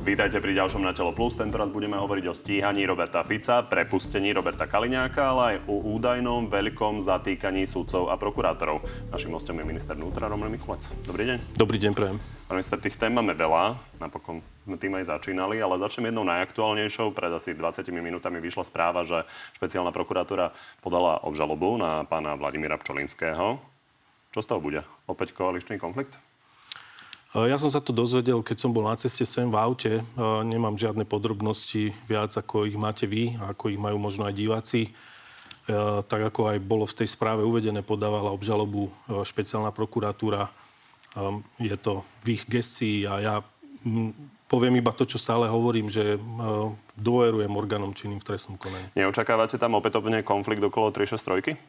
Vítajte pri ďalšom Na telo plus. Tentoraz budeme hovoriť o stíhaní Roberta Fica, prepustení Roberta Kaliňáka, ale aj o údajnom veľkom zatýkaní sudcov a prokurátorov. Naším hostom je minister vnútra Roman Mikulec. Dobrý deň. Dobrý deň, prajem. Pán minister, tých tém máme veľa, napokon sme tým aj začínali, ale začnem jednou najaktuálnejšou. Pred asi 20 minútami vyšla správa, že špeciálna prokuratúra podala obžalobu na pána Vladimíra Pčolinského. Čo z toho bude? Opäť koaličný konflikt? Ja som sa to dozvedel, keď som bol na ceste sem v aute. Nemám žiadne podrobnosti viac, ako ich máte vy, ako ich majú možno aj diváci. Tak ako aj bolo v tej správe uvedené, podávala obžalobu špeciálna prokuratúra. Je to v ich gestii a ja poviem iba to, čo stále hovorím, že dôverujem orgánom činným v trestnom konaní. Neočakávate tam opätovne konflikt okolo 363?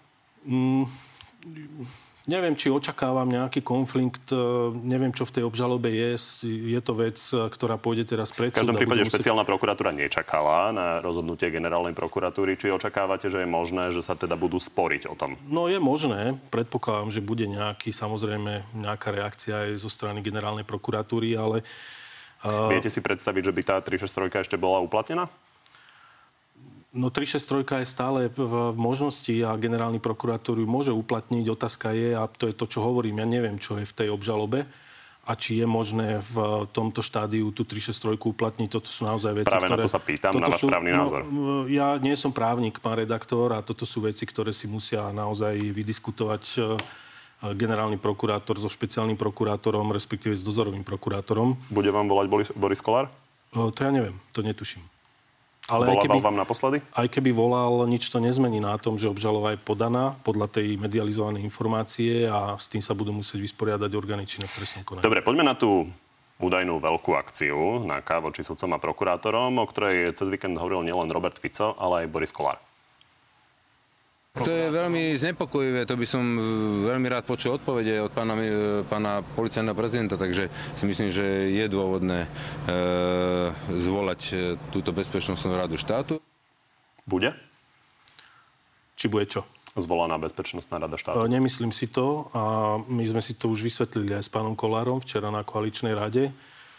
Neviem, či očakávam nejaký konflikt, neviem, čo v tej obžalobe je. Je to vec, ktorá pôjde teraz pred súd. V každom prípade špeciálna prokuratúra nečakala na rozhodnutie generálnej prokuratúry. Či očakávate, že je možné, že sa teda budú sporiť o tom? No je možné. Predpokladám, že bude nejaká reakcia aj zo strany generálnej prokuratúry, ale... Viete si predstaviť, že by tá 363 ešte bola uplatnená? No 363 je stále v možnosti a generálny prokurátor ju môže uplatniť. Otázka je, a to je to, čo hovorím, ja neviem, čo je v tej obžalobe a či je možné v tomto štádiu tú 363 uplatniť. Toto sú naozaj veci, práve ktoré... na to sa pýtam, na váš právny názor. Ja nie som právnik, pán redaktor, a toto sú veci, ktoré si musia naozaj vydiskutovať generálny prokurátor so špeciálnym prokurátorom, respektíve s dozorovým prokurátorom. Bude vám volať Boris Kollár? To ja neviem, to netuším. Ale volával vám naposledy? Aj keby volal, nič to nezmení na tom, že obžaloba je podaná podľa tej medializovanej informácie a s tým sa budú musieť vysporiadať orgány činné v trestnom konaní. Dobre, poďme na tú údajnú veľkú akciu NAKA voči sudcom a prokurátorom, o ktorej cez víkend hovoril nielen Robert Fico, ale aj Boris Kollár. To je veľmi znepokojivé, to by som veľmi rád počul odpovede od pána policajného prezidenta, takže si myslím, že je dôvodné zvolať túto bezpečnostnú radu štátu. Bude? Či bude čo? Zvolaná bezpečnostná rada štátu. Nemyslím si to a my sme si to už vysvetlili aj s pánom Kollárom včera na koaličnej rade.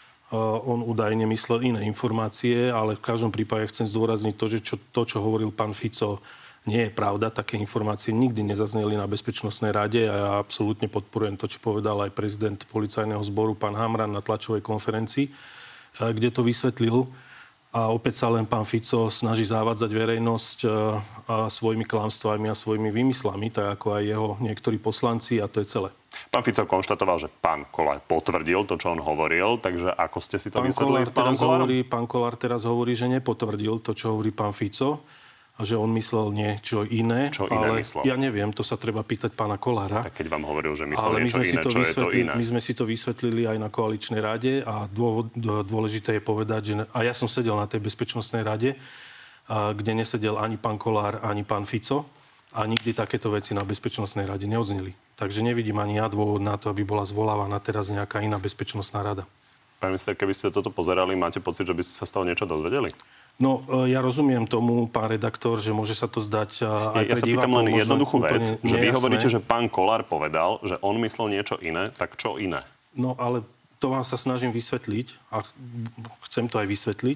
On údajne myslel iné informácie, ale v každom prípade chcem zdôrazniť to, že čo hovoril pán Fico, nie je pravda. Také informácie nikdy nezazneli na Bezpečnostnej rade a ja absolútne podporujem to, čo povedal aj prezident policajného zboru, pán Hamran, na tlačovej konferencii, kde to vysvetlil. A opäť sa len pán Fico snaží zavádzať verejnosť svojimi klamstvami a svojimi výmyslami, tak ako aj jeho niektorí poslanci, a to je celé. Pán Fico konštatoval, že pán Kollár potvrdil to, čo on hovoril, takže ako ste si to vysvetlili s pánom Kollárom? Pán Kollár teraz hovorí, že nepotvrdil to, čo hovorí pán Fico, a že on myslel niečo iné. Čo iné myslel? Ja neviem, to sa treba pýtať pána Kollára. Tak keď vám hovoril, že myslel niečo iné, čo je to iné? My sme si to vysvetlili aj na koaličnej rade a dôležité je povedať, že... A ja som sedel na tej bezpečnostnej rade, kde nesedel ani pán Kollár, ani pán Fico a nikdy takéto veci na bezpečnostnej rade neodzneli. Takže nevidím ani ja dôvod na to, aby bola zvolávaná teraz nejaká iná bezpečnostná rada. Pán minister, keby ste toto pozerali, máte pocit, že by ste sa z toho niečo dozvedeli? No, ja rozumiem tomu, pán redaktor, že môže sa to zdať aj ja pre divákov. Ja sa pýtam len jednoduchú vec, že vy hovoríte, že pán Kollár povedal, že on myslel niečo iné, tak čo iné? No, ale to vám sa snažím vysvetliť a chcem to aj vysvetliť.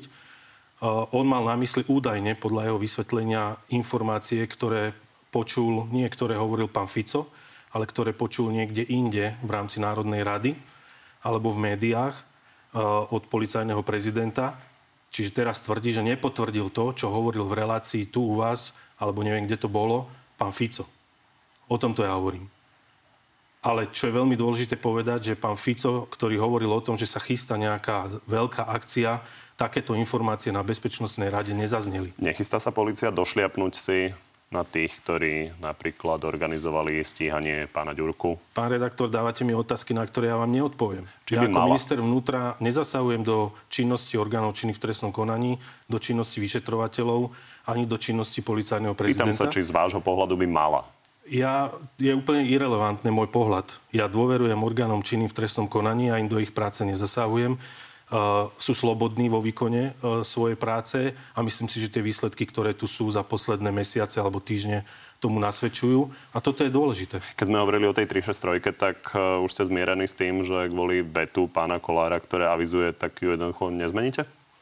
On mal na mysli údajne, podľa jeho vysvetlenia, informácie, ktoré počul, nie ktoré hovoril pán Fico, ale ktoré počul niekde inde v rámci Národnej rady alebo v médiách od policajného prezidenta. Čiže teraz tvrdí, že nepotvrdil to, čo hovoril v relácii tu u vás, alebo neviem, kde to bolo, pán Fico. O tomto ja hovorím. Ale čo je veľmi dôležité povedať, že pán Fico, ktorý hovoril o tom, že sa chystá nejaká veľká akcia, takéto informácie na Bezpečnostnej rade nezazneli. Nechystá sa polícia došliapnúť si na tých, ktorí napríklad organizovali stíhanie pána Ďurku? Pán redaktor, dávate mi otázky, na ktoré ja vám neodpoviem. Ja ako minister vnútra nezasahujem do činnosti orgánov činných v trestnom konaní, do činnosti vyšetrovateľov, ani do činnosti policajného prezidenta. Pýtam sa, či z vášho pohľadu by mala. Je úplne irelevantný môj pohľad. Ja dôverujem orgánom činným v trestnom konaní a im do ich práce nezasahujem. sú slobodní vo výkone svojej práce a myslím si, že tie výsledky, ktoré tu sú za posledné mesiace alebo týždne, tomu nasvedčujú. A toto je dôležité. Keď sme hovorili o tej 363, tak už ste zmierení s tým, že kvôli vetu pána Kollára, ktoré avizuje, tak ju jednoducho nezmeníte?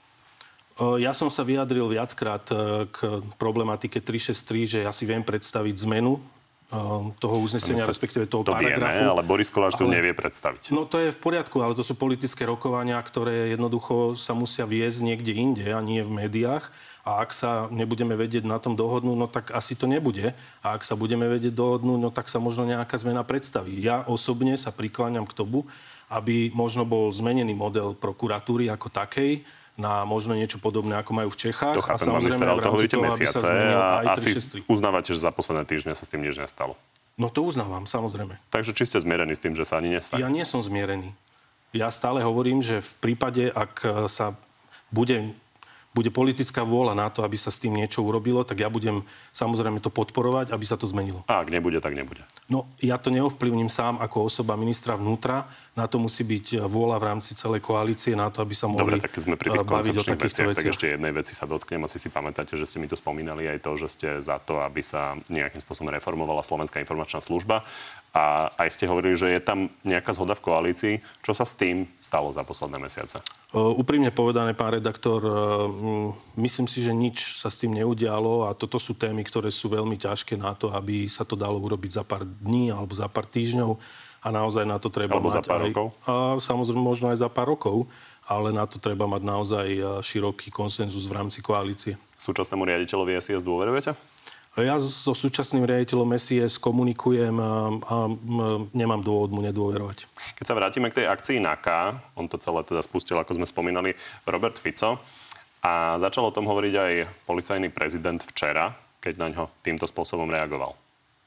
Ja som sa vyjadril viackrát k problematike 363, že ja si viem predstaviť zmenu toho uznesenia, respektíve toho paragrafu. Vieme, ale Boris Kollár si nevie predstaviť. No to je v poriadku, ale to sú politické rokovania, ktoré jednoducho sa musia viesť niekde inde a nie v médiách. A ak sa nebudeme vedieť na tom dohodnúť, no tak asi to nebude. A ak sa budeme vedieť dohodnúť, no tak sa možno nejaká zmena predstaví. Ja osobne sa prikláňam k tomu, aby možno bol zmenený model prokuratúry ako takej, na možno niečo podobné, ako majú v Čechách. To chápem, a samozrejme v rámci toho, aby sa zmenil aj 363. Uznávate, že za posledné týždne sa s tým nič nestalo. No to uznávam, samozrejme. Takže či ste zmierení s tým, že sa ani nestane? Ja nie som zmierený. Ja stále hovorím, že v prípade, ak sa bude politická vôľa na to, aby sa s tým niečo urobilo, tak ja budem samozrejme to podporovať, aby sa to zmenilo. A ak nebude, tak nebude. No, ja to neovplyvním sám ako osoba ministra vnútra. Na to musí byť vôľa v rámci celej koalície, na to, aby sa mohli Dobre, tak keď sme pri tých baviť o koncepčných takýchto veciach, veciach. tak ešte jednej veci sa dotknem. Asi si pamätáte, že ste mi to spomínali aj to, že ste za to, aby sa nejakým spôsobom reformovala Slovenská informačná služba. A aj ste hovorili, že je tam nejaká zhoda v koalícii. Čo sa s tým stalo za posledné mesiace? Úprimne povedané, pán redaktor, myslím si, že nič sa s tým neudialo a toto sú témy, ktoré sú veľmi ťažké na to, aby sa to dalo urobiť za pár dní alebo za pár týždňov a naozaj na to treba alebo mať za pár rokov? A samozrejme možno aj za pár rokov, ale na to treba mať naozaj široký konsenzus v rámci koalície. Súčasnému riaditeľovi SIS dôverujete? Ja so súčasným riaditeľom SIS komunikujem a nemám dôvod mu nedôverovať. Keď sa vrátime k tej akcii NAKA, on to celé teda spustil, ako sme spomínali, Robert Fico. A začal o tom hovoriť aj policajný prezident včera, keď na ňo týmto spôsobom reagoval.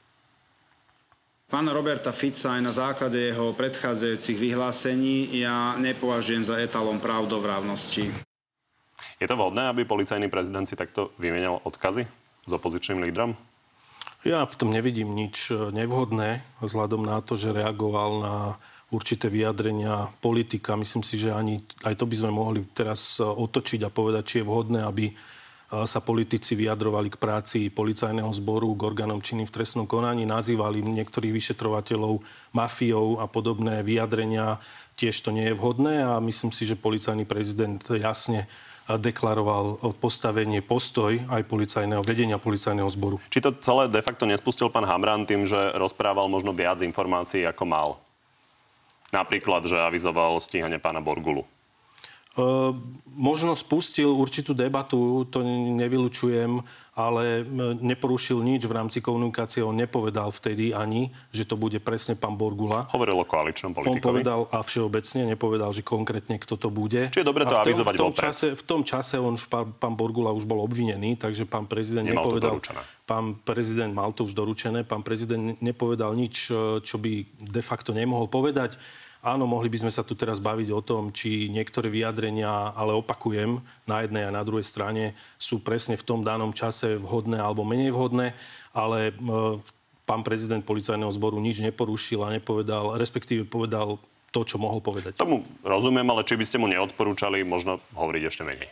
Pána Roberta Fica aj na základe jeho predchádzajúcich vyhlásení ja nepovažujem za etalón pravdovravnosti. Je to vhodné, aby policajný prezident si takto vymienial odkazy s opozičným lídrom? Ja v tom nevidím nič nevhodné, vzhľadom na to, že reagoval na určité vyjadrenia politika. Myslím si, že ani aj to by sme mohli teraz otočiť a povedať, či je vhodné, aby sa politici vyjadrovali k práci policajného zboru, k orgánom činným v trestnom konaní, nazývali niektorých vyšetrovateľov mafiou a podobné vyjadrenia. Tiež to nie je vhodné a myslím si, že policajný prezident jasne deklaroval postavenie, postoj aj vedenia policajného zboru. Či to celé de facto nespustil pán Hamran tým, že rozprával možno viac informácií, ako mal? Napríklad, že avizoval stíhanie pána Borgulu. Možno spustil určitú debatu, to nevylučujem, ale neporušil nič v rámci komunikácie. On nepovedal vtedy ani, že to bude presne pán Borgula. Hovoril o koaličnom politikovi. On povedal a všeobecne, nepovedal, že konkrétne kto to bude. Čiže je dobre to avizovať vopred. V tom čase on pán Borgula už bol obvinený, takže pán prezident Nemal nepovedal. to doručené. Pán prezident mal to už doručené, pán prezident nepovedal nič, čo by de facto nemohol povedať. Áno, mohli by sme sa tu teraz baviť o tom, či niektoré vyjadrenia, ale opakujem, na jednej a na druhej strane sú presne v tom danom čase vhodné alebo menej vhodné, ale pán prezident policajného zboru nič neporušil a nepovedal, respektíve povedal to, čo mohol povedať. Tomu rozumiem, ale či by ste mu neodporúčali možno hovoriť ešte menej?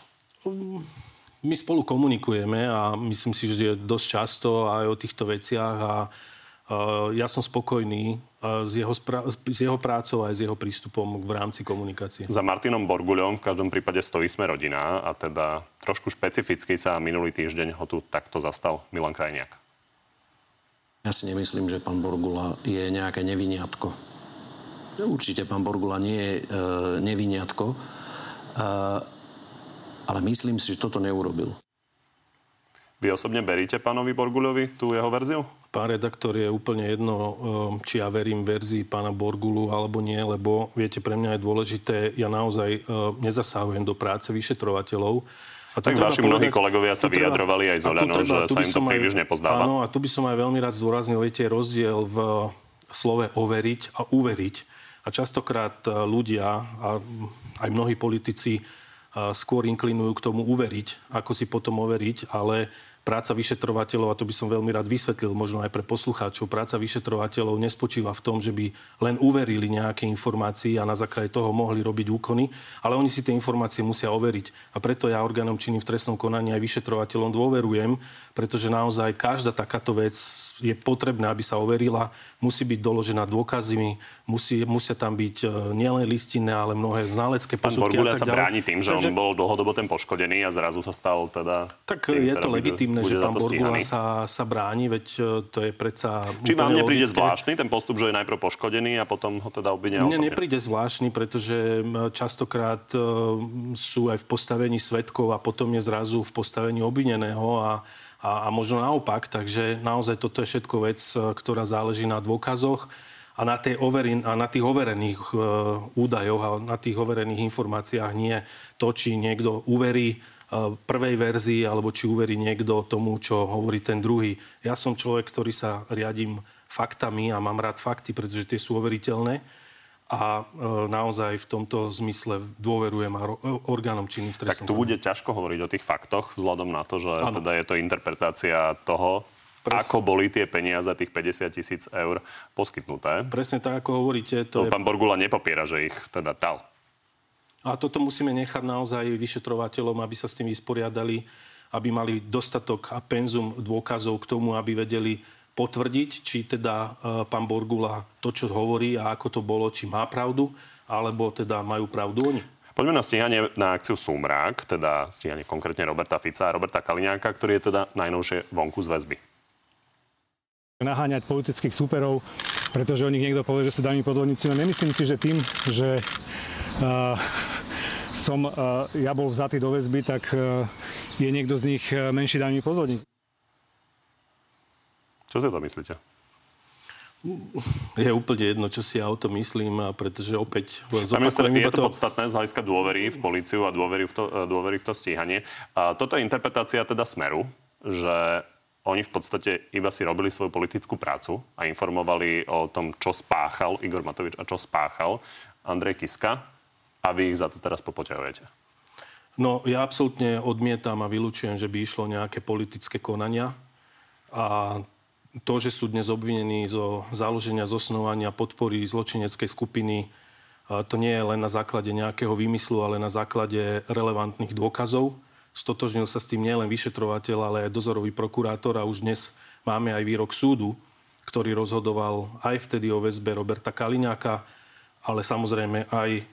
My spolu komunikujeme a myslím si, že je dosť často aj o týchto veciach a ja som spokojný s jeho prácou aj s jeho prístupom v rámci komunikácie. Za Martinom Borguľom v každom prípade stojí Sme rodina a teda trošku špecificky sa minulý týždeň ho tu takto zastal Milan Krajniak. Ja si nemyslím, že pán Borgula je nejaké neviniatko. Určite pán Borgula nie je neviniatko, ale myslím si, že toto neurobil. Vy osobne veríte pánovi Borguľovi tú jeho verziu? Pán redaktor, je úplne jedno, či ja verím verzii pána Borgulu alebo nie, lebo viete, pre mňa je dôležité, ja naozaj nezasahujem do práce vyšetrovateľov. A tak vaši mnohí kolegovia sa vyjadrovali aj z Oľano, že sa im to príliš nepozdáva. Áno, a tu by som aj veľmi rád zdôraznil, viete, rozdiel v slove overiť a uveriť. A častokrát ľudia a aj mnohí politici skôr inklinujú k tomu uveriť, ako si potom overiť, ale práca vyšetrovateľov, a to by som veľmi rád vysvetlil možno aj pre poslucháčov, práca vyšetrovateľov nespočíva v tom, že by len uverili nejaké informácie a na základe toho mohli robiť úkony, ale oni si tie informácie musia overiť. A preto ja orgánom činným v trestnom konaní aj vyšetrovateľom dôverujem, pretože naozaj každá takáto vec je potrebná, aby sa overila, musí byť doložená dôkazmi, musia tam byť nielen listinné, ale mnohé znalecké posudky. Pán Borguľa sa bráni tým, že on bol dlhodobo ten poškodený a zrazu sa stal teda... Tak je to legitímne, že pán Borguľa sa bráni, veď to je predsa... Či vám nepríde zvláštny ten postup, že je najprv poškodený a potom ho teda obvinia osobne? Mne nepríde zvláštny, pretože častokrát sú aj v postavení svedkov a potom je zrazu v postavení obvineného a možno naopak. Takže naozaj toto je všetko vec, ktorá záleží na dôkazoch a na tých overených údajoch a na tých overených informáciách, nie to, či niekto uverí prvej verzii, alebo či uverí niekto tomu, čo hovorí ten druhý. Ja som človek, ktorý sa riadím faktami a mám rád fakty, pretože tie sú overiteľné a naozaj v tomto zmysle dôverujem orgánom činným v trestnom. Tak tu bude ťažko hovoriť o tých faktoch, vzhľadom na to, že teda je to interpretácia toho, ako boli tie peniaze, tých 50 000 eur poskytnuté. Presne tak, ako hovoríte. Pán Borguľa nepopiera, že ich teda dal. A toto musíme nechať naozaj vyšetrovateľom, aby sa s tým vysporiadali, aby mali dostatok a penzum dôkazov k tomu, aby vedeli potvrdiť, či teda pán Borguľa to, čo hovorí a ako to bolo, či má pravdu, alebo teda majú pravdu oni. Poďme na stíhanie na akciu Sumrák, teda stíhanie konkrétne Roberta Fica a Roberta Kaliňáka, ktorý je teda najnovšie vonku z väzby. Naháňať politických súperov, pretože o nich niekto povie, že sú daní podvodníci. No nemyslím si, že tým, že ja bol vzatý do väzby, tak je niekto z nich menší daný podvodník. Čo si to myslíte? Je úplne jedno, čo si ja o to myslím, pretože opäť... Je to podstatné z hľadiska dôvery v políciu a dôvery v to stíhanie. A toto je interpretácia teda Smeru, že oni v podstate iba si robili svoju politickú prácu a informovali o tom, čo spáchal Igor Matovič a čo spáchal Andrej Kiska, a vy ich za to teraz popoťahujete. No, ja absolútne odmietam a vylučujem, že by išlo nejaké politické konania. A to, že sú dnes obvinení zo založenia, zosnovania, podpory zločineckej skupiny, to nie je len na základe nejakého výmyslu, ale na základe relevantných dôkazov. Stotožnil sa s tým nielen vyšetrovateľ, ale aj dozorový prokurátor a už dnes máme aj výrok súdu, ktorý rozhodoval aj vtedy o väzbe Roberta Kaliňáka, ale samozrejme aj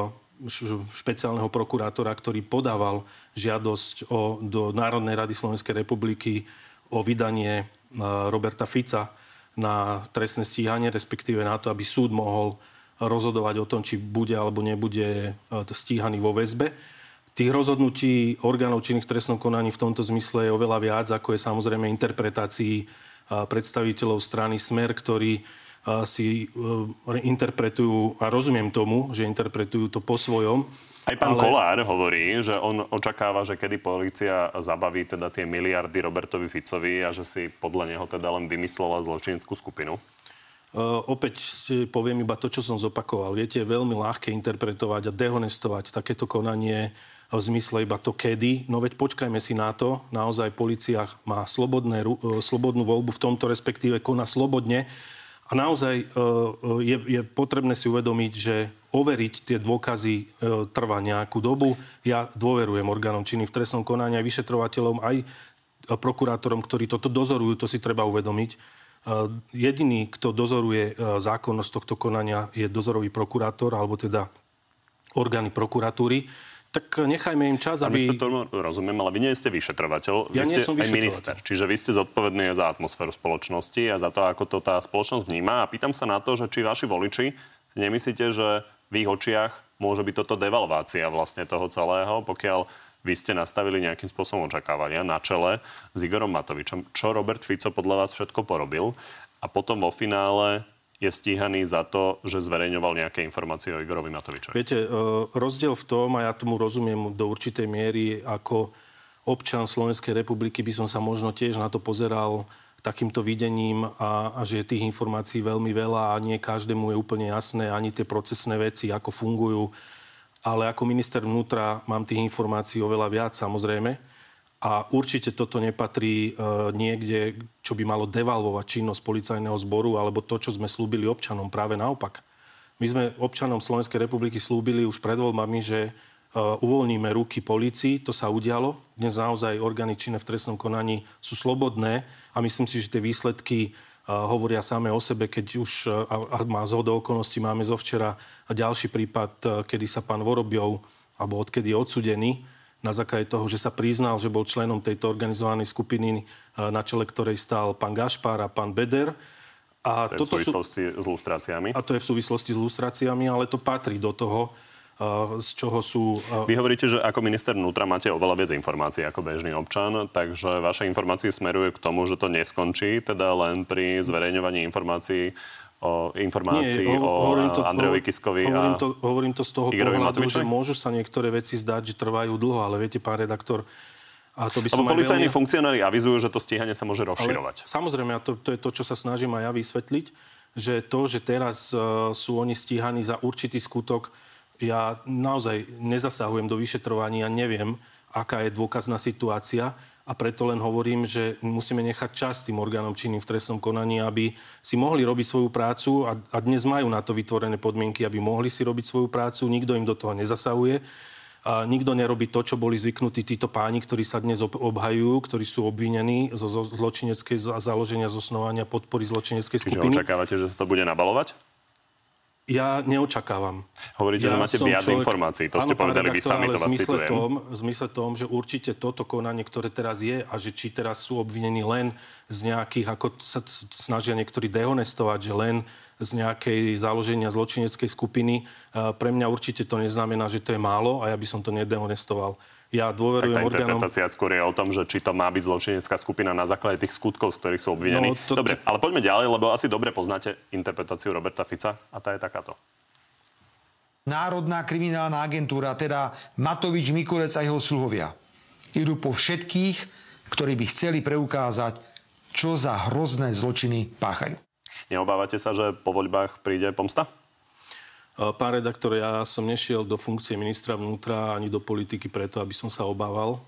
špeciálneho prokurátora, ktorý podával žiadosť do Národnej rady Slovenskej republiky o vydanie Roberta Fica na trestné stíhanie, respektíve na to, aby súd mohol rozhodovať o tom, či bude alebo nebude stíhaný vo väzbe. Tých rozhodnutí orgánov činných v trestnom konaní v tomto zmysle je oveľa viac, ako je samozrejme interpretácií predstaviteľov strany Smer, ktorí si interpretujú, a rozumiem tomu, že interpretujú to po svojom. Aj pán Kollár hovorí, že on očakáva, že kedy polícia zabaví teda tie miliardy Robertovi Ficovi a že si podľa neho teda len vymyslela zločineckú skupinu. Opäť poviem iba to, čo som zopakoval. Viete, je veľmi ľahké interpretovať a dehonestovať takéto konanie v zmysle iba to kedy. No veď počkajme si na to. Naozaj polícia má slobodnú voľbu v tomto, respektíve koná slobodne. A naozaj je potrebné si uvedomiť, že overiť tie dôkazy trvá nejakú dobu. Ja dôverujem orgánom činným v trestnom konaní, aj vyšetrovateľom, aj prokurátorom, ktorí toto dozorujú, to si treba uvedomiť. Jediný, kto dozoruje zákonnosť tohto konania, je dozorový prokurátor, alebo teda orgány prokuratúry. Tak nechajme im čas, aby... My ste tomu rozumiem, ale vy nie ste vyšetrovateľ, vy ste aj minister. Čiže vy ste zodpovední za atmosféru spoločnosti a za to, ako to tá spoločnosť vníma. A pýtam sa na to, že či vaši voliči nemyslíte, že v ich očiach môže byť toto devalvácia vlastne toho celého, pokiaľ vy ste nastavili nejakým spôsobom očakávania na čele s Igorom Matovičom. Čo Robert Fico podľa vás všetko porobil? A potom vo finále je stíhaný za to, že zverejňoval nejaké informácie o Igorovi Matovičovi. Viete, rozdiel v tom, a ja tomu rozumiem do určitej miery, ako občan Slovenskej republiky by som sa možno tiež na to pozeral takýmto videním a že je tých informácií veľmi veľa a nie každému je úplne jasné ani tie procesné veci, ako fungujú. Ale ako minister vnútra mám tých informácií oveľa viac, samozrejme. A určite toto nepatrí niekde, čo by malo devalvovať činnosť policajného zboru alebo to, čo sme slúbili občanom. Práve naopak. My sme občanom Slovenskej republiky slúbili už pred voľbami, že uvoľníme ruky polícii. To sa udialo. Dnes naozaj orgány činné v trestnom konaní sú slobodné a myslím si, že tie výsledky hovoria same o sebe, keď už má zhodou okolností, máme zo včera ďalší prípad, kedy sa pán Vorobjov, alebo odkedy je odsúdený, na základe toho, že sa priznal, že bol členom tejto organizovanej skupiny, na čele ktorej stál pán Gašpar a pán Beder. A to je v súvislosti s lustráciami. A to je v súvislosti s lustráciami, ale to patrí do toho, z čoho sú... Vy hovoríte, že ako minister vnútra máte oveľa viac informácií ako bežný občan, takže vaše informácie smerujú k tomu, že to neskončí, teda len pri zverejňovaní informácií o Andrejovi Kiskovi hovorím to z toho Igorovi pohľadu, Matovičovi? že môžu sa niektoré veci zdať, že trvajú dlho, ale viete, pán redaktor, a to by som lebo policajní funkcionári avizujú, že to stíhanie sa môže rozširovať. Ale, samozrejme, a to je to, čo sa snažím aj ja vysvetliť, že to, že teraz sú oni stíhaní za určitý skutok, ja naozaj nezasahujem do vyšetrovania, neviem, aká je dôkazná situácia a preto len hovorím, že musíme nechať čas tým orgánom činným v trestnom konaní, aby si mohli robiť svoju prácu a dnes majú na to vytvorené podmienky, aby mohli si robiť svoju prácu, nikto im do toho nezasahuje. A nikto nerobí to, čo boli zvyknutí títo páni, ktorí sa dnes obhajujú, ktorí sú obvinení zo zločineckej založenia, zosnovania, podpory zločineckej skupiny. Čiže očakávate, že sa to bude nabalovať? Ja neočakávam. Hovoríte, že máte viac informácií. To ste povedali vy sami, to vás citujem. V zmysle tom, že určite toto konanie, ktoré teraz je a že či teraz sú obvinení len z nejakých, ako sa snažia niektorí dehonestovať, že len z nejakej založenia zločineckej skupiny, pre mňa určite to neznamená, že to je málo a ja by som to nedehonestoval. Ja dôverujem tak tá orgánom... interpretácia skôr je o tom, že či to má byť zločinecká skupina na základe tých skutkov, z ktorých sú obvinení. Dobre, ale poďme ďalej, lebo asi dobre poznáte interpretáciu Roberta Fica a tá je takáto. Národná kriminálna agentúra, teda Matovič, Mikulec a jeho sluhovia, idú po všetkých, ktorí by chceli preukázať, čo za hrozné zločiny páchajú. Neobávate sa, že po voľbách príde pomsta? Pán redaktor, ja som nešiel do funkcie ministra vnútra ani do politiky preto, aby som sa obával.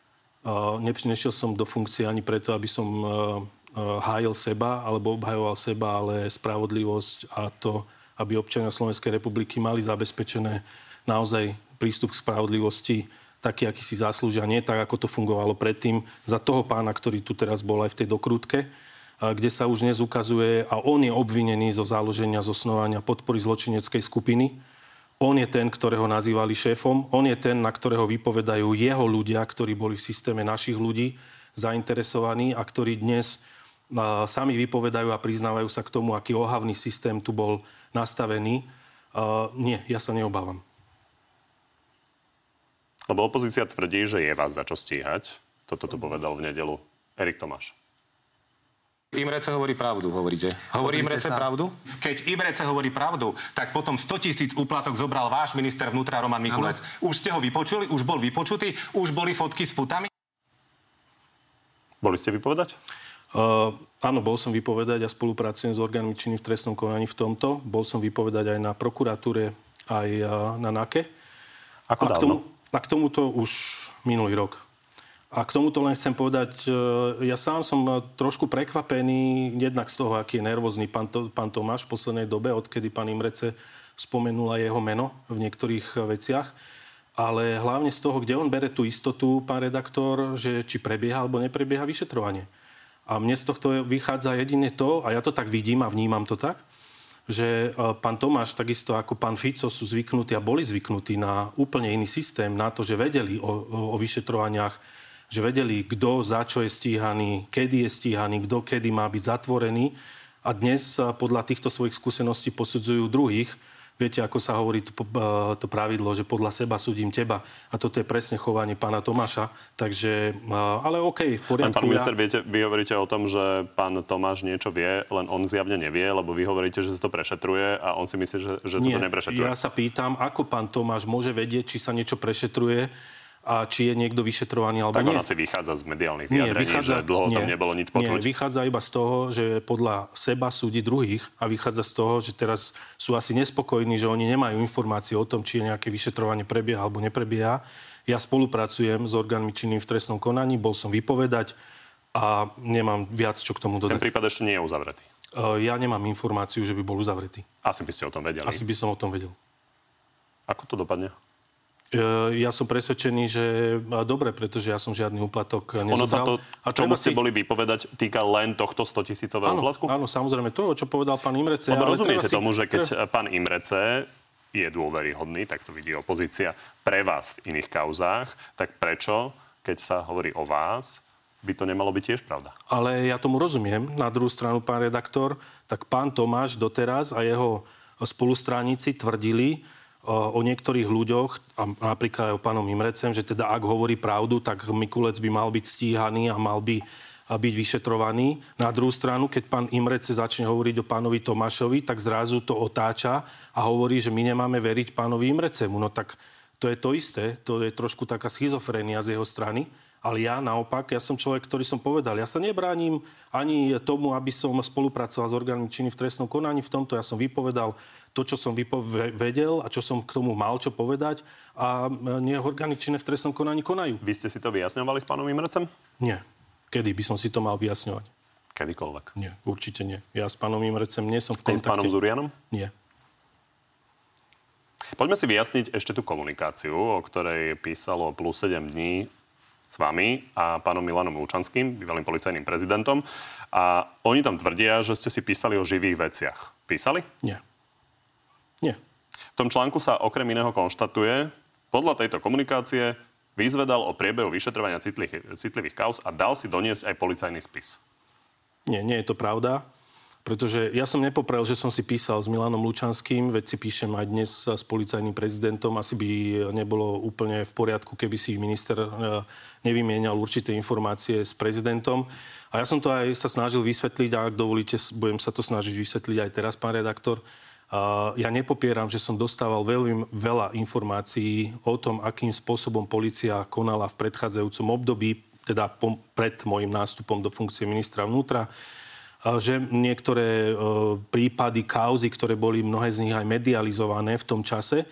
Nešiel som do funkcie ani preto, aby som hájil seba alebo obhajoval seba, ale spravodlivosť a to, aby občania Slovenskej republiky mali zabezpečené naozaj prístup k spravodlivosti taký, aký si zaslúžia. Nie tak, ako to fungovalo predtým za toho pána, ktorý tu teraz bol aj v tej dokrútke, kde sa už dnes ukazuje, a on je obvinený zo založenia, zosnovania podpory zločineckej skupiny. On je ten, ktorého nazývali šéfom. On je ten, na ktorého vypovedajú jeho ľudia, ktorí boli v systéme našich ľudí zainteresovaní a ktorí dnes sami vypovedajú a priznávajú sa k tomu, aký ohavný systém tu bol nastavený. Nie, ja sa neobávam. Lebo opozícia tvrdí, že je vás za čo stíhať. Toto tu povedal v nedeľu Erik Tomáš. Imrece hovorí pravdu, hovoríte. Hovorí Imrece pravdu? Keď Imrece hovorí pravdu, tak potom 100 000 úplatok zobral váš minister vnútra Roman Mikulec. Už ste ho vypočuli, už bol vypočutý, už boli fotky s putami? Boli ste vypovedať? Áno, bol som vypovedať a spolupracujem s orgánmi činnými v trestnom konaní v tomto. Bol som vypovedať aj na prokuratúre, aj na NAKE. Ako dávno? A k tomuto už minulý rok. A k tomuto len chcem povedať, ja sám som trošku prekvapený jednak z toho, aký je nervózny pán Tomáš v poslednej dobe, odkedy pán Imrece spomenula jeho meno v niektorých veciach. Ale hlavne z toho, kde on bere tú istotu, pán redaktor, že či prebieha alebo neprebieha vyšetrovanie. A mne z tohto vychádza jedine to, a ja to tak vidím a vnímam to tak, že pán Tomáš, takisto ako pán Fico, sú zvyknutí a boli zvyknutí na úplne iný systém, na to, že vedeli o vyšetrovaniach, že vedeli, kto za čo je stíhaný, kedy je stíhaný, kto kedy má byť zatvorený. A dnes podľa týchto svojich skúseností posudzujú druhých. Viete, ako sa hovorí to pravidlo, že podľa seba súdim teba. A toto je presne chovanie pána Tomáša. Takže, ale okej, v poriadku. Pán minister, viete, vy hovoríte o tom, že pán Tomáš niečo vie, len on zjavne nevie, lebo vy hovoríte, že sa to prešetruje a on si myslí, že sa to neprešetruje. Ja sa pýtam, ako pán Tomáš môže vedieť, či sa niečo prešetruje, a či je niekto vyšetrovaný alebo tak nie. Tak ona si vychádza z mediálnych vyjadrení, že dlho tam nebolo nič počuť. Nie, vychádza iba z toho, že podľa seba súdi druhých a vychádza z toho, že teraz sú asi nespokojní, že oni nemajú informácie o tom, či je nejaké vyšetrovanie prebieha alebo neprebieha. Ja spolupracujem s orgánmi činnými v trestnom konaní, bol som vypovedať a nemám viac čo k tomu dodať. Ten prípad ešte nie je uzavretý. Ja nemám informáciu, že by bol uzavretý. Asi by ste o tom vedeli. Asi by som o tom vedel. Ako to dopadne? Ja som presvedčený, že dobre, pretože ja som žiadny úplatok nezobral. Ono sa to, čomu ste boli vypovedať, týka len tohto 100 000 úplatku? Áno, samozrejme to, čo povedal pán Imrece. Lebo rozumiete tomu, že keď pán Imrece je dôveryhodný, tak to vidí opozícia, pre vás v iných kauzách, tak prečo, keď sa hovorí o vás, by to nemalo byť tiež pravda? Ale ja tomu rozumiem. Na druhú stranu, pán redaktor, tak pán Tomáš doteraz a jeho spolustraníci tvrdili o niektorých ľuďoch, a napríklad aj o pánom Imrecem, že teda ak hovorí pravdu, tak Mikulec by mal byť stíhaný a mal by byť vyšetrovaný. Na druhú stranu, keď pán Imrece začne hovoriť o pánovi Tomášovi, tak zrazu to otáča a hovorí, že my nemáme veriť pánovi Imrecemu. No tak to je to isté. To je trošku taká schizofrénia z jeho strany. Ale ja naopak, ja som človek, ktorý som povedal, ja sa nebránim ani tomu, aby som spolupracoval s orgánmi činnými v trestnom konaní. V tomto ja som vypovedal to, čo som vedel a čo som k tomu mal čo povedať. A nech orgány činné v trestnom konaní konajú. Vy ste si to vyjasňovali s pánom Imrecem? Nie. Kedy by som si to mal vyjasňovať? Kedykoľvek? Nie, určite nie. Ja s pánom Imrecem nie som v kontakte. S pánom Zurianom? Nie. Poďme si vyjasniť ešte tú komunikáciu, o ktorej písalo plus 7 dní s vami a pánom Milanom Lučanským, bývalým policajným prezidentom. A oni tam tvrdia, že ste si písali o živých veciach. Písali? Nie. Nie. V tom článku sa okrem iného konštatuje, podľa tejto komunikácie vyzvedal o priebehu vyšetrovania citlivých kauz a dal si doniesť aj policajný spis. Nie je to pravda. Pretože ja som nepoprel, že som si písal s Milanom Lučanským, veď si píšem aj dnes s policajným prezidentom. Asi by nebolo úplne v poriadku, keby si minister nevymienial určité informácie s prezidentom. A ja som to aj sa snažil vysvetliť, a ak dovolíte, budem sa to snažiť vysvetliť aj teraz, pán redaktor. Ja nepopieram, že som dostával veľmi veľa informácií o tom, akým spôsobom polícia konala v predchádzajúcom období, teda pred môjim nástupom do funkcie ministra vnútra, že niektoré prípady, kauzy, ktoré boli mnohé z nich aj medializované v tom čase,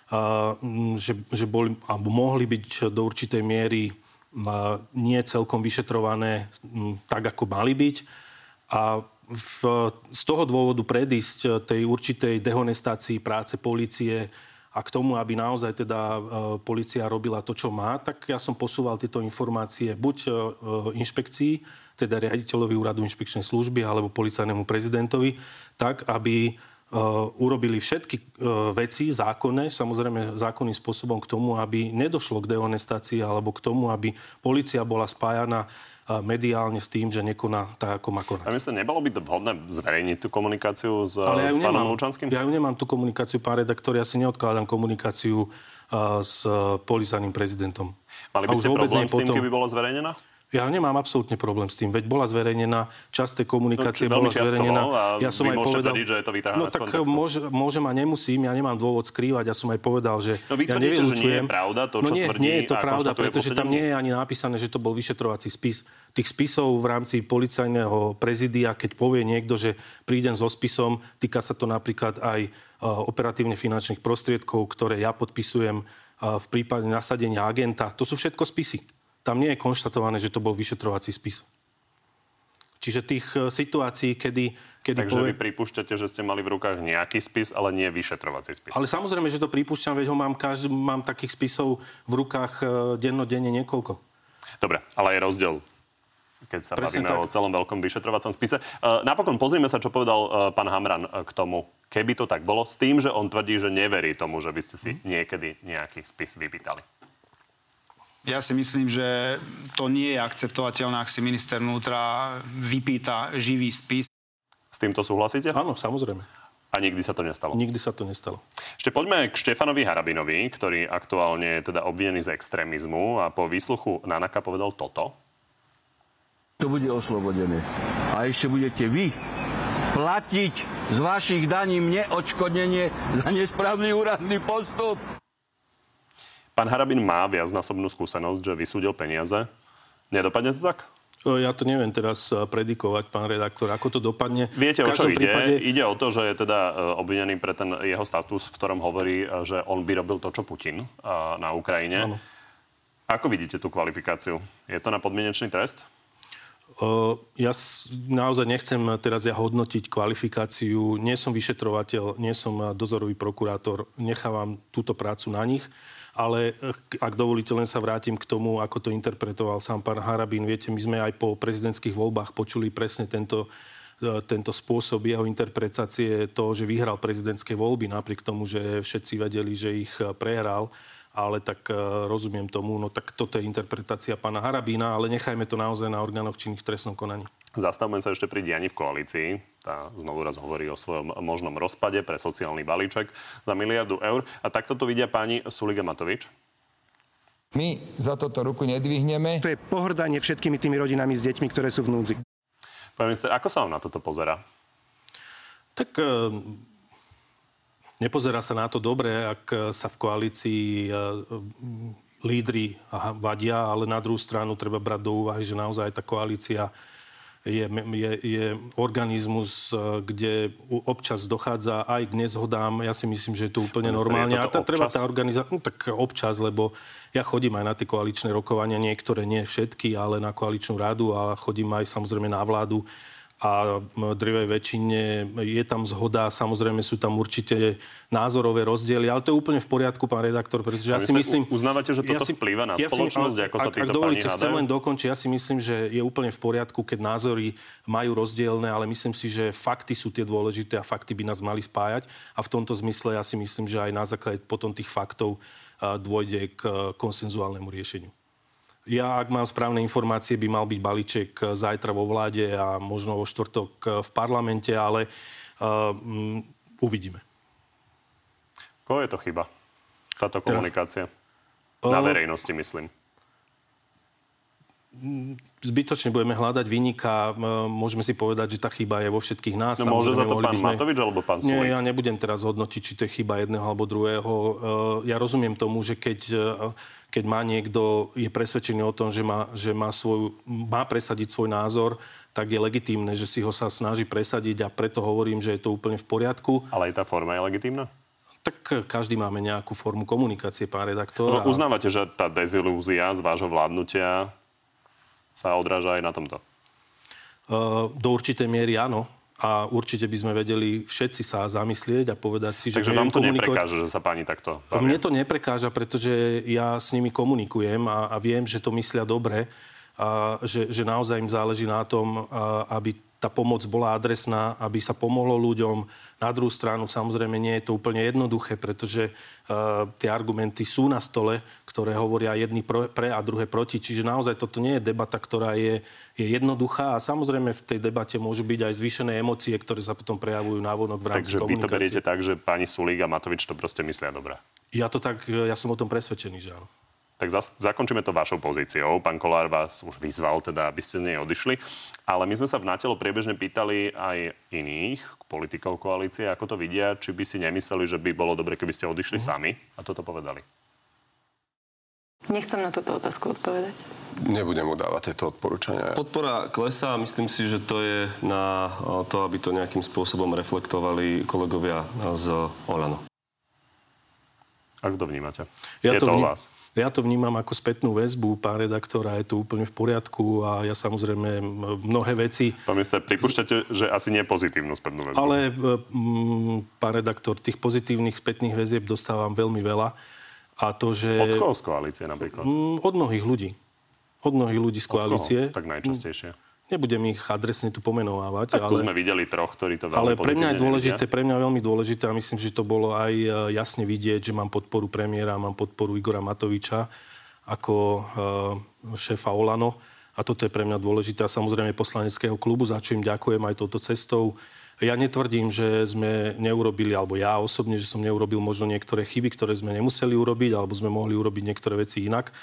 že boli, alebo mohli byť do určitej miery nie celkom vyšetrované tak, ako mali byť. A z toho dôvodu predísť tej určitej dehonestácii práce polície a k tomu, aby naozaj teda polícia robila to, čo má, tak ja som posúval tieto informácie buď inšpekcii, teda riaditeľovi úradu inšpekčnej služby alebo policajnému prezidentovi, tak, aby urobili všetky veci zákonné, samozrejme zákonným spôsobom k tomu, aby nedošlo k dehonestácii alebo k tomu, aby polícia bola spájana mediálne s tým, že nekoná tak, ako má konať. A myslím, nebolo by to vhodné zverejniť tú komunikáciu s pánom Lučanským? Ja ju nemám tú komunikáciu, pán redaktor, ja si neodkladám komunikáciu s policajným prezidentom. Mali by ste problém s tým, keby bola zverejnená? Ja nemám absolútne problém s tým, veď bola zverejnená, časť tej komunikácie bola zverejnená. Ja som aj povedal, tvrdíť, že je to vytrhané no tak môžem a nemusím, ja nemám dôvod skrývať, ja som aj povedal, že vy ja nevylučujem. Že nie je pravda to, čo tvrdí. Nie je to pravda, pretože tam nie je ani napísané, že to bol vyšetrovací spis. Tých spisov v rámci policajného prezidia, keď povie niekto, že prídem so spisom, týka sa to napríklad aj operatívne finančných prostriedkov, ktoré ja podpisujem v prípade nasadenia agenta. To sú všetko spisy. Tam nie je konštatované, že to bol vyšetrovací spis. Čiže tých situácií, kedy Takže vy pripúšťate, že ste mali v rukách nejaký spis, ale nie vyšetrovací spis. Ale samozrejme, že to pripúšťam, veď ho mám takých spisov v rukách dennodenne niekoľko. Dobre, ale je rozdiel, keď sa bavíme o celom veľkom vyšetrovacom spise. Napokon pozrime sa, čo povedal pán Hamran k tomu, keby to tak bolo, s tým, že on tvrdí, že neverí tomu, že by ste si niekedy nejaký spis vypýtali. Ja si myslím, že to nie je akceptovateľné, ak si minister vnútra vypýta živý spis. S týmto súhlasíte? Áno, samozrejme. A nikdy sa to nestalo? Nikdy sa to nestalo. Ešte poďme k Štefanovi Harabinovi, ktorý aktuálne je teda obvinený z extrémizmu a po výsluchu Nanaka povedal toto. To bude oslobodené. A ešte budete vy platiť z vašich daní mne odškodnenie za nesprávny úradný postup. Pán Pán Harabin má viacnásobnú skúsenosť, že vysúdil peniaze. Nedopadne to tak? Ja to neviem teraz predikovať, pán redaktor, ako to dopadne. Viete, o čo ide? Ide o to, že je teda obvinený pre ten jeho status, v ktorom hovorí, že on by robil to, čo Putin na Ukrajine. Áno. Ako vidíte tú kvalifikáciu? Je to na podmienečný trest? Ja naozaj nechcem teraz hodnotiť kvalifikáciu. Nie som vyšetrovateľ, nie som dozorový prokurátor. Nechávam túto prácu na nich. Ale ak dovolíte, len sa vrátim k tomu, ako to interpretoval sám pán Harabin. Viete, my sme aj po prezidentských voľbách počuli presne tento spôsob jeho interpretácie toho, že vyhral prezidentské voľby, napriek tomu, že všetci vedeli, že ich prehral. Ale tak rozumiem tomu, no tak toto je interpretácia pána Harabína, ale nechajme to naozaj na orgánoch činných v trestnom konaní. Zastavme sa ešte pri dianí v koalícii. Tá znovu raz hovorí o svojom možnom rozpade pre sociálny balíček za 1 miliardu eur. A takto to vidia pani Sulík a Matovič? My za toto ruku nedvihneme. To je pohrdanie všetkými tými rodinami s deťmi, ktoré sú v núdzi. Pán minister, ako sa vám na toto pozerá? Tak nepozerá sa na to dobre, ak sa v koalícii lídri vadia, ale na druhú stranu treba brať do úvahy, že naozaj tá koalícia je organizmus, kde občas dochádza aj k nezhodám. Ja si myslím, že je to úplne normálne. A treba tá organizácia, tak občas, lebo ja chodím aj na tie koaličné rokovania, niektoré nie všetky, ale na koaličnú radu a chodím aj samozrejme na vládu. A drvivej väčšine je tam zhoda, samozrejme sú tam určite názorové rozdiely, ale to je úplne v poriadku, pán redaktor, pretože ja si myslím... Uznávate, že toto vplýva na spoločnosť, ako sa títo pani dovolíte, hádajú? chcem len dokončiť, ja si myslím, že je úplne v poriadku, keď názory majú rozdielne, ale myslím si, že fakty sú tie dôležité a fakty by nás mali spájať a v tomto zmysle ja si myslím, že aj na základe potom tých faktov dôjde k konsenzuálnemu riešeniu. Ja, ak mám správne informácie, by mal byť balíček zajtra vo vláde a možno vo štvrtok v parlamente, ale uvidíme. Koho je to chyba? Táto komunikácia? Na verejnosti, myslím. Zbytočne budeme hľadať vinníka. Môžeme si povedať, že tá chyba je vo všetkých nás. No, môže za to pán Matovič alebo pán Sulík? Nie, ja nebudem teraz hodnotiť, či to je chyba jedného alebo druhého. Ja rozumiem tomu, že keď má niekto, je presvedčený o tom, že má presadiť svoj názor, tak je legitímne, že si ho sa snaží presadiť a preto hovorím, že je to úplne v poriadku. Ale aj tá forma je legitímna? Tak každý máme nejakú formu komunikácie, pán redaktor. No, uznávate, že tá dezilúzia z vášho vládnutia sa odráža aj na tomto? Do určitej miery áno. A určite by sme vedeli všetci sa zamyslieť a povedať si, že... Takže vám to neprekáža, že sa pani takto bavia? Mne to neprekáža, pretože ja s nimi komunikujem a viem, že to myslia dobre a že naozaj im záleží na tom, aby tá pomoc bola adresná, aby sa pomohlo ľuďom. Na druhú stranu, samozrejme, nie je to úplne jednoduché, pretože tie argumenty sú na stole, ktoré hovoria jedni pre a druhé proti. Čiže naozaj toto nie je debata, ktorá je jednoduchá a samozrejme v tej debate môžu byť aj zvýšené emócie, ktoré sa potom prejavujú návonok v rámci komunikácie. Takže vy to beriete tak, že pani Sulík a Matovič to proste myslia dobre? Ja som o tom presvedčený, že áno. Tak zakončíme to vašou pozíciou. Pán Kollár vás už vyzval, teda, aby ste z nej odišli. Ale my sme sa v Na telo priebežne pýtali aj iných politikov koalície, ako to vidia, či by si nemysleli, že by bolo dobre, keby ste odišli sami. A toto povedali. Nechcem na túto otázku odpovedať. Nebudem mu dávať tieto odporúčania. Podpora klesá, myslím si, že to je na to, aby to nejakým spôsobom reflektovali kolegovia z Olano. Ako to vnímate? Je to o vás? Ja to vnímam ako spätnú väzbu, pán redaktor, a je to úplne v poriadku a ja samozrejme mnohé veci... Pán minister, pripúšťate, že asi nie pozitívnu spätnú väzbu? Ale, pán redaktor, tých pozitívnych spätných väzieb dostávam veľmi veľa. A to, že... Od koho z koalície napríklad? Od mnohých ľudí. Od mnohých ľudí z koalície. Tak najčastejšie. Nebudem ich adresne tu pomenovávať. Tak tu sme videli troch, ktorí to veľmi ale pre mňa je dôležité, pre mňa veľmi dôležité a myslím, že to bolo aj jasne vidieť, že mám podporu premiéra, mám podporu Igora Matoviča ako šéfa Olano. A toto je pre mňa dôležité a samozrejme poslaneckého klubu, za čo im ďakujem aj touto cestou. Ja netvrdím, že sme neurobili, alebo ja osobne, že som neurobil možno niektoré chyby, ktoré sme nemuseli urobiť, alebo sme mohli urobiť niektoré veci inak.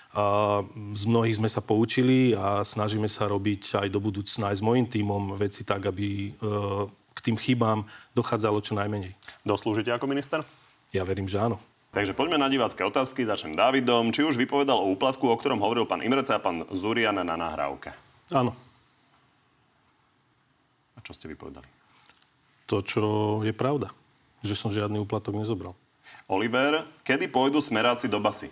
Z mnohých sme sa poučili a snažíme sa robiť aj do budúcna aj s mojím tímom veci tak, aby k tým chybám dochádzalo čo najmenej. Doslúžite ako minister? Ja verím, že áno. Takže poďme na divácké otázky. Začnem Dávidom. Či už vypovedal o úplatku, o ktorom hovoril pán Imreca a pán Zurian na nahrávke? Áno. A čo ste vypovedali? To, čo je pravda. Že som žiadny úplatok nezobral. Oliver, kedy pôjdu smeráci do basy?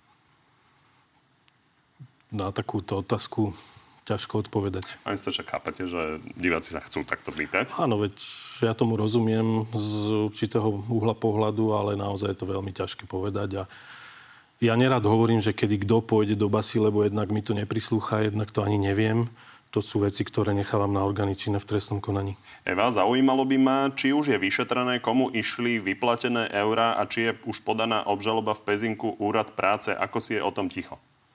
Na takúto otázku ťažko odpovedať. Ani ste však chápete, že diváci sa chcú takto pýtať? Áno, veď ja tomu rozumiem z určitého uhla pohľadu, ale naozaj je to veľmi ťažké povedať. A ja nerad hovorím, že kedy kto pôjde do basy, lebo jednak mi to neprislúcha, jednak to ani neviem. To sú veci, ktoré nechávam na orgány činné v trestnom konaní. Eva, zaujímalo by ma, či už je vyšetrené, komu išli vyplatené eurá a či je už podaná obžaloba v Pezinku Úrad práce. Ako si je o tom ticho?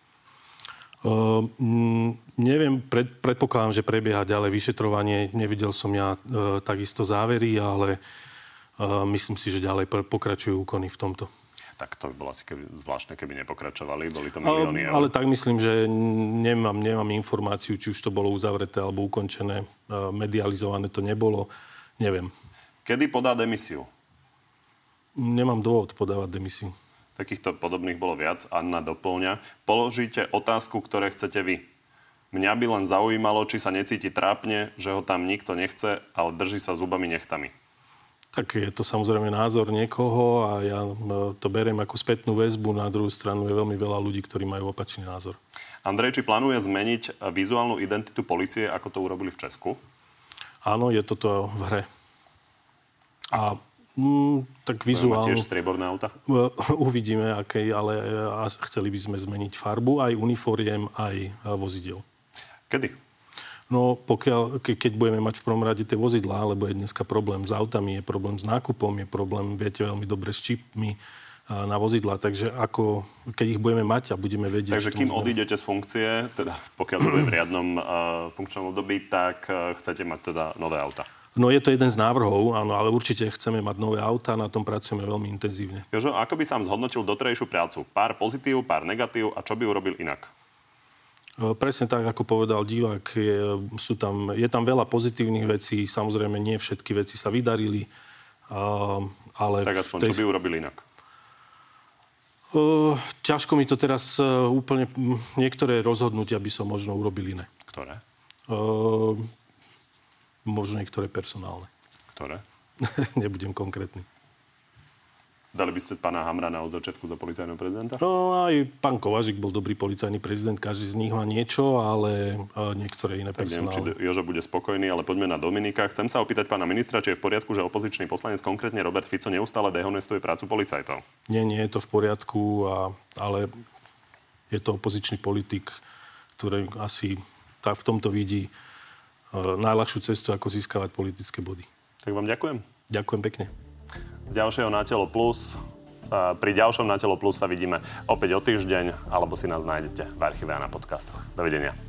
Neviem, predpokladám, že prebieha ďalej vyšetrovanie. Nevidel som ja takisto závery, ale myslím si, že ďalej pokračujú úkony v tomto. Tak to by bolo asi zvláštne, keby nepokračovali. Boli to milióny eur. Ale tak myslím, že nemám informáciu, či už to bolo uzavreté alebo ukončené. Medializované to nebolo. Neviem. Kedy podá demisiu? Nemám dôvod podávať demisiu. Takýchto podobných bolo viac. Anna doplňa. Položíte otázku, ktoré chcete vy. Mňa by len zaujímalo, či sa necíti trápne, že ho tam nikto nechce, ale drží sa zubami nechtami. Tak je to samozrejme názor niekoho a ja to beriem ako spätnú väzbu. Na druhú stranu je veľmi veľa ľudí, ktorí majú opačný názor. Andrej, či plánuje zmeniť vizuálnu identitu polície, ako to urobili v Česku? Áno, je toto v hre. A tak vizuálne... Tiež strieborné auta? Uvidíme, aké, ale chceli by sme zmeniť farbu, aj uniforiem, aj vozidiel. Kedy? No, keď budeme mať v prvom rade tie vozidlá, lebo je dneska problém s autami, je problém s nákupom, je problém, viete veľmi dobre, s čipmi na vozidlá. Takže keď ich budeme mať a budeme vedieť... Takže kým odídete z funkcie, teda pokiaľ bude v riadnom funkčnom období, tak chcete mať teda nové auta? No je to jeden z návrhov, áno, ale určite chceme mať nové autá, na tom pracujeme veľmi intenzívne. Jožo, ako by sám zhodnotil doterajšiu prácu? Pár pozitív, pár negatív a čo by urobil inak? Presne tak, ako povedal divák, je tam veľa pozitívnych vecí, samozrejme nie všetky veci sa vydarili, ale... Tak aspoň, čo by urobil inak? Ťažko mi to teraz úplne... Niektoré rozhodnutia by som možno urobil iné. Ktoré? Možno niektoré personálne. Ktoré? Nebudem konkrétny. Dali by ste pána Hamrana od začiatku za policajného prezidenta? No, aj pán Kovačík bol dobrý policajný prezident, každý z nich má niečo, ale niektoré iné personálne. Neviem, či Jožo bude spokojný, ale poďme na Dominika. Chcem sa opýtať pána ministra, či je v poriadku, že opozičný poslanec, konkrétne Robert Fico, neustále dehonestuje prácu policajtov. Nie je to v poriadku, ale je to opozičný politik, ktorý asi tak v tomto vidí najľahšiu cestu, ako získavať politické body. Tak vám ďakujem. Ďakujem pekne. Pri ďalšom Na telo plus sa vidíme opäť o týždeň, alebo si nás nájdete v archíve a na podcastoch. Dovidenia.